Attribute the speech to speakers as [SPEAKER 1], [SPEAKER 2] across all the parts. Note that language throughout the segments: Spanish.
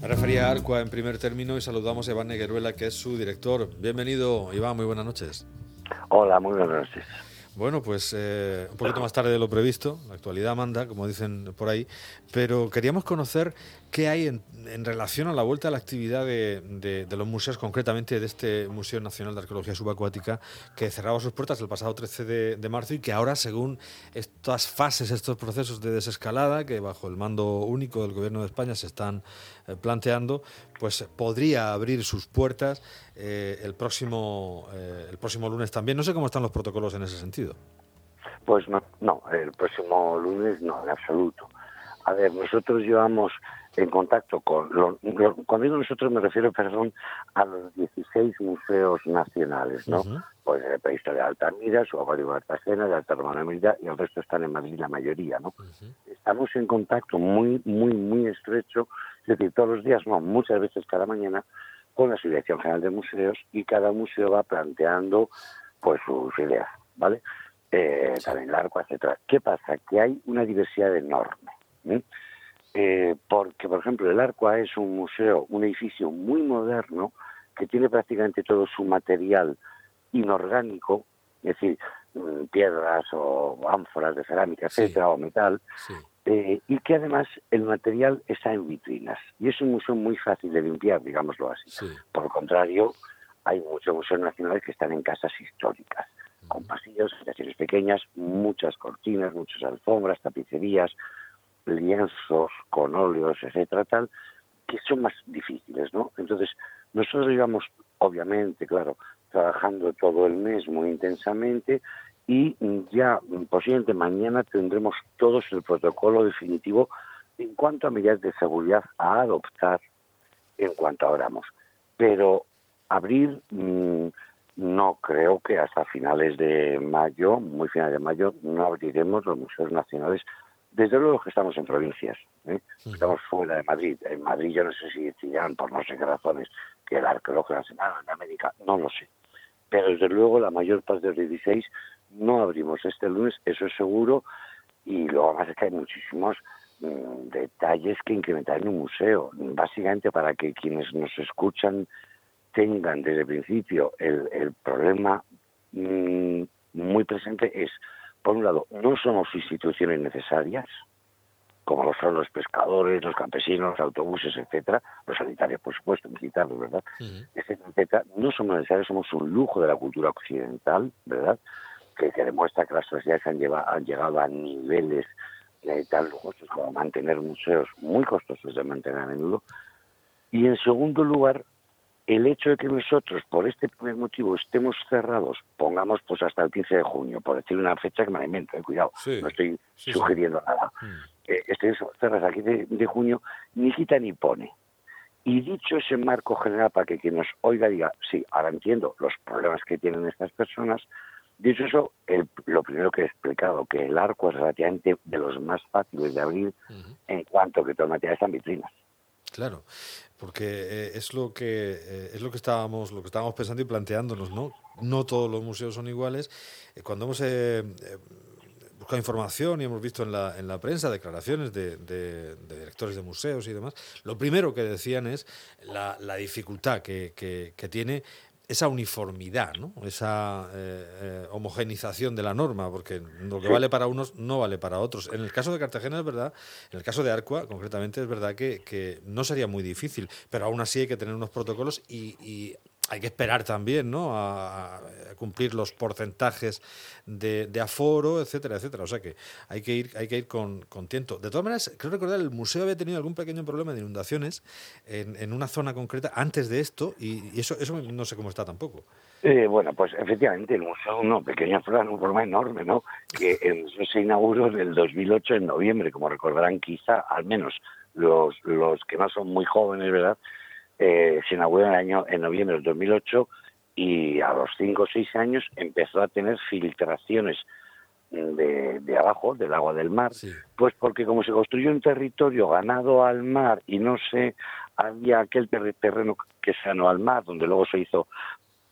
[SPEAKER 1] Me refería a Arqua en primer término y saludamos a Iván Negueruela, que es su director. Bienvenido, Iván, muy buenas noches.
[SPEAKER 2] Hola, muy buenas noches.
[SPEAKER 1] Bueno, pues un poquito más tarde de lo previsto, la actualidad manda, como dicen por ahí, pero queríamos conocer qué hay en relación a la vuelta a la actividad de los museos, concretamente de este Museo Nacional de Arqueología Subacuática, que cerraba sus puertas el pasado 13 de marzo y que ahora, según estas fases, estos procesos de desescalada, que bajo el mando único del Gobierno de España se están planteando, pues podría abrir sus puertas el próximo lunes también. No sé cómo están los protocolos en ese sentido.
[SPEAKER 2] Pues no, el próximo lunes no, en absoluto. A ver, nosotros llevamos en contacto con... cuando digo nosotros me refiero, a los 16 museos nacionales, ¿no?
[SPEAKER 1] Uh-huh.
[SPEAKER 2] Pues el Prehistoria de Altamira, Subacuático de Cartagena, de Alta Romana Mérida, y el resto están en Madrid, la mayoría, ¿no?
[SPEAKER 1] Uh-huh.
[SPEAKER 2] Estamos en contacto muy estrecho, es decir, todos los días, no, muchas veces cada mañana, con la Subdirección General de Museos, y cada museo va planteando pues sus ideas, ¿vale? También el Arqua, etcétera. ¿Qué pasa? Que hay una diversidad enorme. Porque, por ejemplo, el Arqua es un museo, un edificio muy moderno que tiene prácticamente todo su material inorgánico, es decir, piedras o ánforas de cerámica, etcétera, o metal, y que además el material está en vitrinas. Y es un museo muy fácil de limpiar, digámoslo así.
[SPEAKER 1] Sí.
[SPEAKER 2] Por el contrario, hay muchos museos nacionales que están en casas históricas, con pasillos, habitaciones pequeñas, muchas cortinas, muchas alfombras, tapicerías, lienzos con óleos, etcétera, tal, que son más difíciles, ¿no? Entonces, nosotros llevamos, obviamente, claro, trabajando todo el mes muy intensamente y ya posiblemente mañana tendremos todos el protocolo definitivo en cuanto a medidas de seguridad a adoptar en cuanto abramos. Pero abrir... no creo que hasta finales de mayo, muy finales de mayo, no abriremos los museos nacionales. Desde luego que estamos en provincias, estamos fuera de Madrid. En Madrid yo no sé si decidirán, por no sé qué razones, que el Arqueológico Nacional en América, no lo sé. Pero desde luego la mayor parte de los 16 no abrimos este lunes, eso es seguro, y luego además es que hay muchísimos detalles que incrementar en un museo, básicamente para que quienes nos escuchan tengan desde el principio el problema muy presente es, por un lado, no somos instituciones necesarias, como lo son los pescadores, los campesinos, los autobuses, etcétera, los sanitarios, por supuesto, militares, ¿verdad?
[SPEAKER 1] Uh-huh.
[SPEAKER 2] Etcétera, no somos necesarios, somos un lujo de la cultura occidental, ¿verdad? Que demuestra que las sociedades han llegado a niveles tan lujosos como mantener museos muy costosos de mantener a menudo. Y en segundo lugar, el hecho de que nosotros, por este primer motivo, estemos cerrados, pongamos pues hasta el 15 de junio, por decir una fecha que me la invento, cuidado, no estoy sugiriendo nada. Estemos cerrados al 15 de junio, ni quita ni pone. Y dicho ese marco general para que quien nos oiga diga, sí, ahora entiendo los problemas que tienen estas personas, dicho eso, lo primero que he explicado, que el Arqua es relativamente de los más fáciles de abrir en cuanto que todo el material está en vitrinas.
[SPEAKER 1] Claro, porque es lo que estábamos pensando y planteándonos, ¿no? No todos los museos son iguales. Cuando hemos buscado información y hemos visto en la prensa declaraciones de directores de museos y demás, lo primero que decían es la dificultad que tiene esa uniformidad, ¿no? Esa homogenización de la norma, porque lo que vale para unos no vale para otros. En el caso de Cartagena es verdad, en el caso de Arqua concretamente es verdad que no sería muy difícil, pero aún así hay que tener unos protocolos y hay que esperar también, ¿no? a cumplir los porcentajes de aforo, etcétera, etcétera. O sea que hay que ir con tiento. De todas maneras, creo recordar el museo había tenido algún pequeño problema de inundaciones en una zona concreta antes de esto y eso no sé cómo está tampoco.
[SPEAKER 2] Bueno, pues efectivamente el museo, un problema enorme, ¿no? Que el museo se inauguró en el 2008 en noviembre, como recordarán quizá, al menos los que no son muy jóvenes, ¿verdad? Se inauguró en noviembre del 2008 y a los 5 o 6 años empezó a tener filtraciones de abajo, del agua del mar, pues porque como se construyó un territorio ganado al mar y no había aquel terreno que se ganó al mar, donde luego se hizo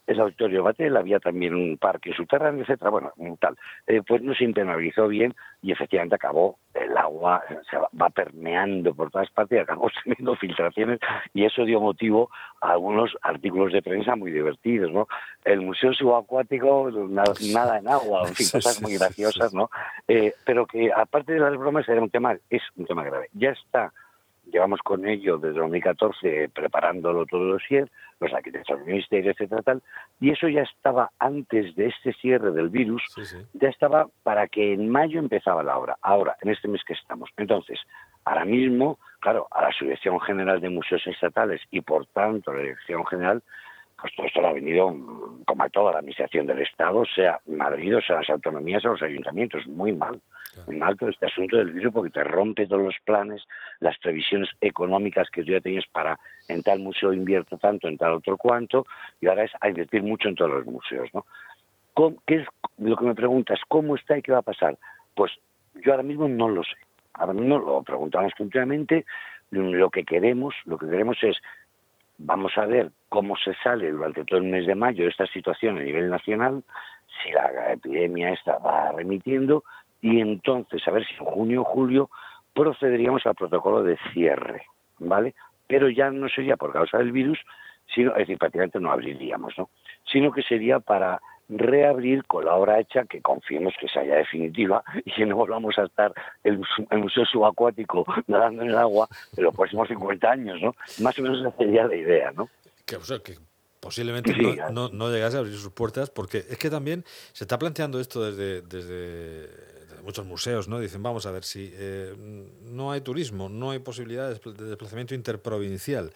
[SPEAKER 2] el Auditorio Batel, había también un parque subterráneo, etcétera, bueno, tal. Pues no se impermeabilizó bien y efectivamente acabó, el agua se va permeando por todas partes y acabó teniendo filtraciones, y eso dio motivo a algunos artículos de prensa muy divertidos, ¿no? El Museo Subacuático, nada en agua, en fin,
[SPEAKER 1] Sí,
[SPEAKER 2] cosas
[SPEAKER 1] sí,
[SPEAKER 2] muy
[SPEAKER 1] sí, sí.
[SPEAKER 2] graciosas, ¿no? Pero que aparte de las bromas es un tema grave. Ya está. Llevamos con ello desde 2014 preparándolo todo el dossier, los arquitectos del ministerio, etcétera, tal, y eso ya estaba antes de este cierre del virus,
[SPEAKER 1] Sí, sí.
[SPEAKER 2] ya estaba para que en mayo empezaba la obra, ahora, en este mes que estamos. Entonces, ahora mismo, claro, a la Subdirección General de Museos Estatales y por tanto a la Dirección General, pues todo esto le ha venido, como a toda la administración del Estado, sea Madrid, o sea las autonomías o los ayuntamientos, muy mal.
[SPEAKER 1] Claro.
[SPEAKER 2] Muy mal todo este asunto del virus porque te rompe todos los planes, las previsiones económicas que tú ya tenías para en tal museo invierto tanto, en tal otro cuanto, y ahora es a invertir mucho en todos los museos, ¿no? ¿Qué es lo que me preguntas? ¿Cómo está y qué va a pasar? Pues yo ahora mismo no lo sé. Ahora mismo lo preguntamos continuamente. Lo que queremos es, vamos a ver cómo se sale durante todo el mes de mayo de esta situación a nivel nacional, si la epidemia esta va remitiendo, y entonces a ver si en junio o julio procederíamos al protocolo de cierre, ¿vale? Pero ya no sería por causa del virus, sino, es decir, prácticamente no abriríamos, ¿no? Sino que sería para reabrir con la obra hecha, que confiemos que sea ya definitiva y que no volvamos a estar el museo subacuático nadando en el agua en los próximos 50 años, ¿no? Más o menos esa sería la idea, ¿no?
[SPEAKER 1] Que, o sea, que posiblemente
[SPEAKER 2] Sí,
[SPEAKER 1] no llegase a abrir sus puertas, porque es que también se está planteando esto desde muchos museos, ¿no? Dicen, vamos a ver, si no hay turismo, no hay posibilidad de desplazamiento interprovincial,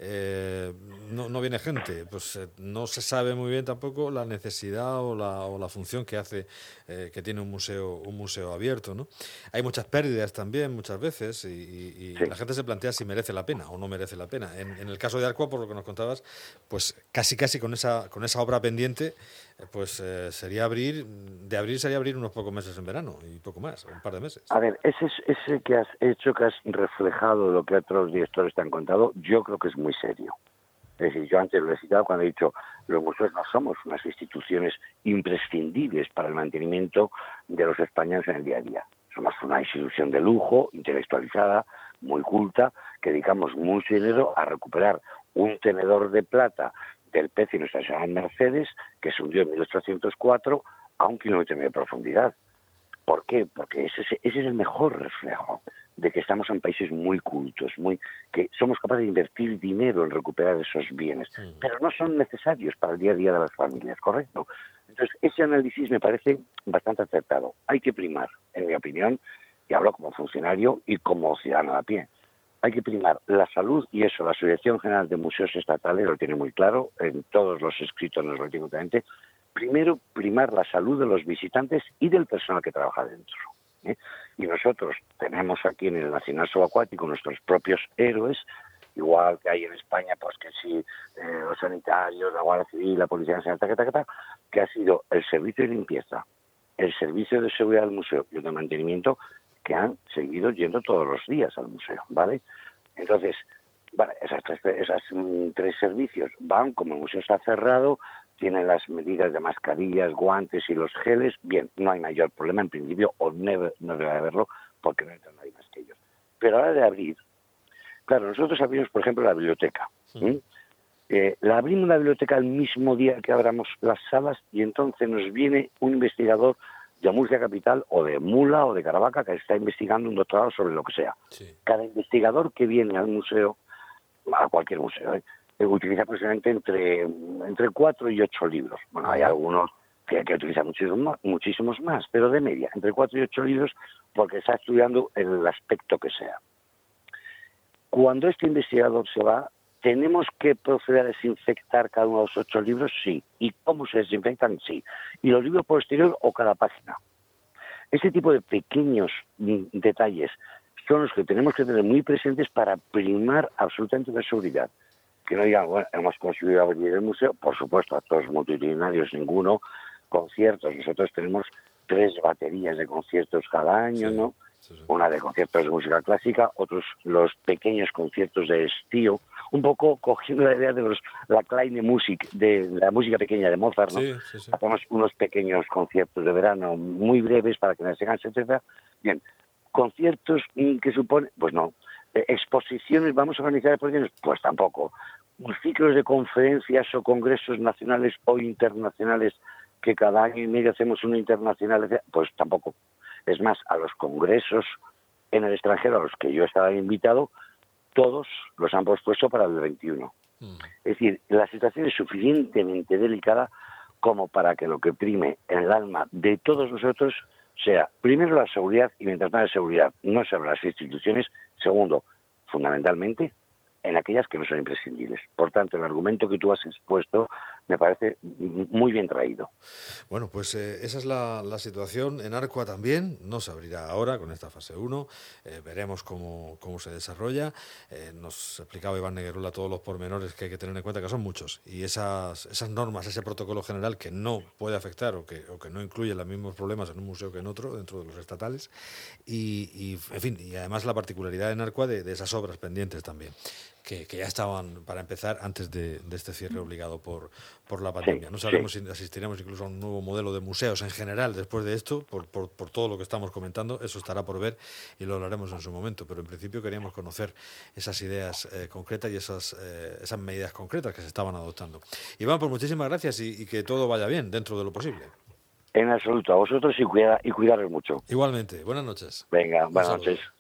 [SPEAKER 1] no viene gente, pues no se sabe muy bien tampoco la necesidad o la función que hace, que tiene un museo abierto, ¿no? Hay muchas pérdidas también, muchas veces, y
[SPEAKER 2] sí.
[SPEAKER 1] la gente se plantea si merece la pena o no merece la pena. En el caso de Arcua, por lo que nos contabas, pues casi con esa obra pendiente, pues sería abrir unos pocos meses en verano y poco más, un par de meses.
[SPEAKER 2] A ver, ese que has hecho, que has reflejado lo que otros directores te han contado, yo creo que es muy serio. Es decir, yo antes lo he citado cuando he dicho, los museos no somos unas instituciones imprescindibles para el mantenimiento de los españoles en el día a día. Somos una institución de lujo, intelectualizada, muy culta, que dedicamos mucho dinero a recuperar un tenedor de plata del pez y Nuestra Señora Mercedes, que se hundió en 1804 a 1,5 kilómetros de profundidad. ¿Por qué? Porque ese es el mejor reflejo de que estamos en países muy cultos, que somos capaces de invertir dinero en recuperar esos bienes, pero no son necesarios para el día a día de las familias, ¿correcto? Entonces, ese análisis me parece bastante acertado. Hay que primar, en mi opinión, y hablo como funcionario y como ciudadano a pie, hay que primar la salud, y eso la Subdirección General de Museos Estatales lo tiene muy claro, en todos los escritos nos lo dice últimamente. Primero, primar la salud de los visitantes y del personal que trabaja dentro, ¿eh? Y nosotros tenemos aquí en el Nacional Subacuático nuestros propios héroes, igual que hay en España, pues que sí, los sanitarios, la Guardia Civil, la Policía Nacional, que ha sido el servicio de limpieza, el servicio de seguridad del museo y el de mantenimiento, que han seguido yendo todos los días al museo, ¿vale? Entonces, vale, esas tres servicios van, como el museo está cerrado, tienen las medidas de mascarillas, guantes y los geles, bien, no hay mayor problema en principio, o no debe haberlo, porque no entra nadie más que ellos. Pero a la hora de abrir, claro, nosotros abrimos, por ejemplo, la biblioteca. La abrimos la biblioteca el mismo día que abramos las salas, y entonces nos viene un investigador de Murcia Capital, o de Mula, o de Caravaca, que está investigando un doctorado sobre lo que sea. Sí. Cada investigador que viene al museo, a cualquier museo, utiliza aproximadamente entre 4 y 8 libros. Bueno, hay algunos que utilizan muchísimos más, pero de media, entre 4 y 8 libros, porque está estudiando el aspecto que sea. Cuando este investigador se va, ¿tenemos que proceder a desinfectar cada uno de los 8 libros? Sí. ¿Y cómo se desinfectan? Sí. ¿Y los libros por exterior o cada página? Ese tipo de pequeños detalles son los que tenemos que tener muy presentes para primar absolutamente la seguridad. Que no digan, bueno, hemos conseguido abrir el museo, por supuesto, actos multitudinarios ninguno, conciertos, nosotros tenemos 3 baterías de conciertos cada año, sí, ¿no? Sí. Una de conciertos de música clásica, otros los pequeños conciertos de estío, un poco cogiendo la idea de la Kleine Musik, de la música pequeña de Mozart, ¿no?
[SPEAKER 1] Sí, sí, sí.
[SPEAKER 2] Hacemos unos pequeños conciertos de verano muy breves para que nadie se canse, etcétera. Bien, conciertos que supone, pues no. Exposiciones, ¿vamos a organizar exposiciones? Pues tampoco. Ciclos de conferencias o congresos nacionales o internacionales que cada año y medio hacemos uno internacional, pues tampoco. Es más, a los congresos en el extranjero a los que yo estaba invitado, todos los han pospuesto para el 21. Es decir, la situación es suficientemente delicada como para que lo que prime en el alma de todos nosotros sea, primero, la seguridad, y mientras más de seguridad no sobre las instituciones, segundo, fundamentalmente, en aquellas que no son imprescindibles. Por tanto, el argumento que tú has expuesto me parece muy bien traído.
[SPEAKER 1] Bueno, pues esa es la situación. En Arcua también, no se abrirá ahora con esta fase 1, veremos cómo se desarrolla. Nos explicaba Iván Negueruela todos los pormenores que hay que tener en cuenta, que son muchos, y esas normas, ese protocolo general que no puede afectar o que no incluye los mismos problemas en un museo que en otro, dentro de los estatales, y en fin, y además la particularidad en Arcua de esas obras pendientes también, que ya estaban para empezar antes de este cierre obligado por la pandemia. No sabemos si asistiremos incluso a un nuevo modelo de museos en general después de esto, por todo lo que estamos comentando. Eso estará por ver y lo hablaremos en su momento, pero en principio queríamos conocer esas ideas concretas y esas medidas concretas que se estaban adoptando. Iván, pues muchísimas gracias y que todo vaya bien dentro de lo posible.
[SPEAKER 2] En absoluto, a vosotros y cuidaros mucho.
[SPEAKER 1] Igualmente, buenas noches.
[SPEAKER 2] Venga, buenas noches.